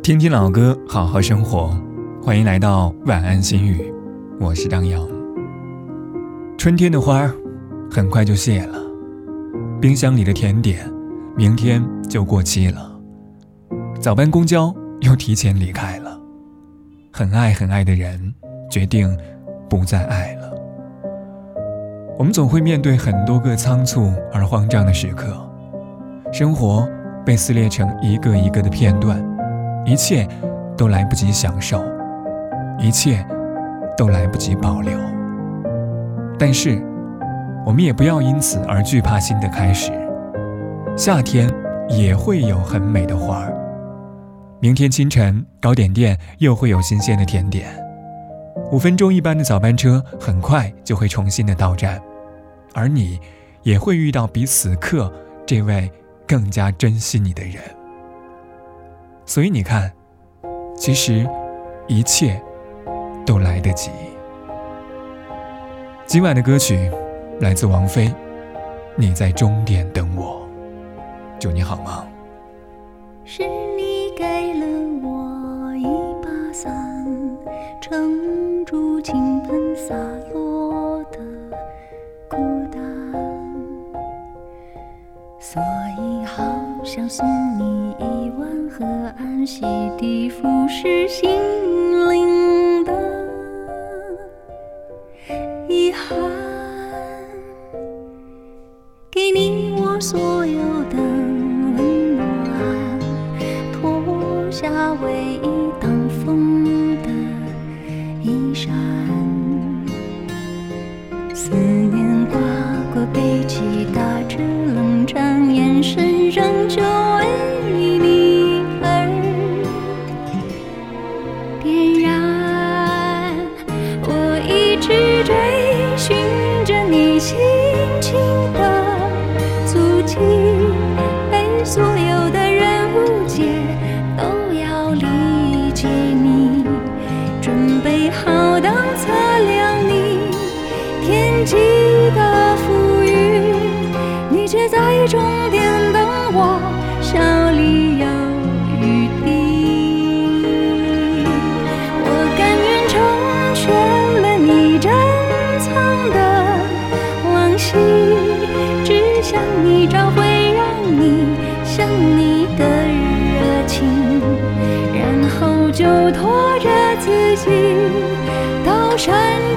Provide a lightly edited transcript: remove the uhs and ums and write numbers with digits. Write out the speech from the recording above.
听听老歌，好好生活。欢迎来到晚安心语，我是张扬。春天的花儿很快就谢了，冰箱里的甜点明天就过期了，早班公交又提前离开了，很爱很爱的人决定不再爱了。我们总会面对很多个仓促而慌张的时刻，生活被撕裂成一个一个的片段，一切都来不及享受，一切都来不及保留。但是我们也不要因此而惧怕新的开始，夏天也会有很美的花儿，明天清晨糕点店又会有新鲜的甜点，5分钟一班的早班车很快就会重新的到站，而你也会遇到比此刻这位更加珍惜你的人。所以你看，其实一切都来得及。今晚的歌曲来自王菲，你在终点等我。祝你好梦。 是你给了我一把伞，撑住倾盆洒落的孤单，所以好想送你一碗河岸洗涤腐蚀心灵的遗憾，给你我所有的温暖，脱下唯一挡风的衣衫，思念刮过背脊，打着冷战，眼神仍旧为你而点燃。我一直追寻着你心情的足迹，被所有的人误解，都要理解你，准备好当测量你天际的浮云，你却在终点等我，笑里有余地。我甘愿成全了你珍藏的往昔，只想你找回让你想你的热情，然后就拖着自己到山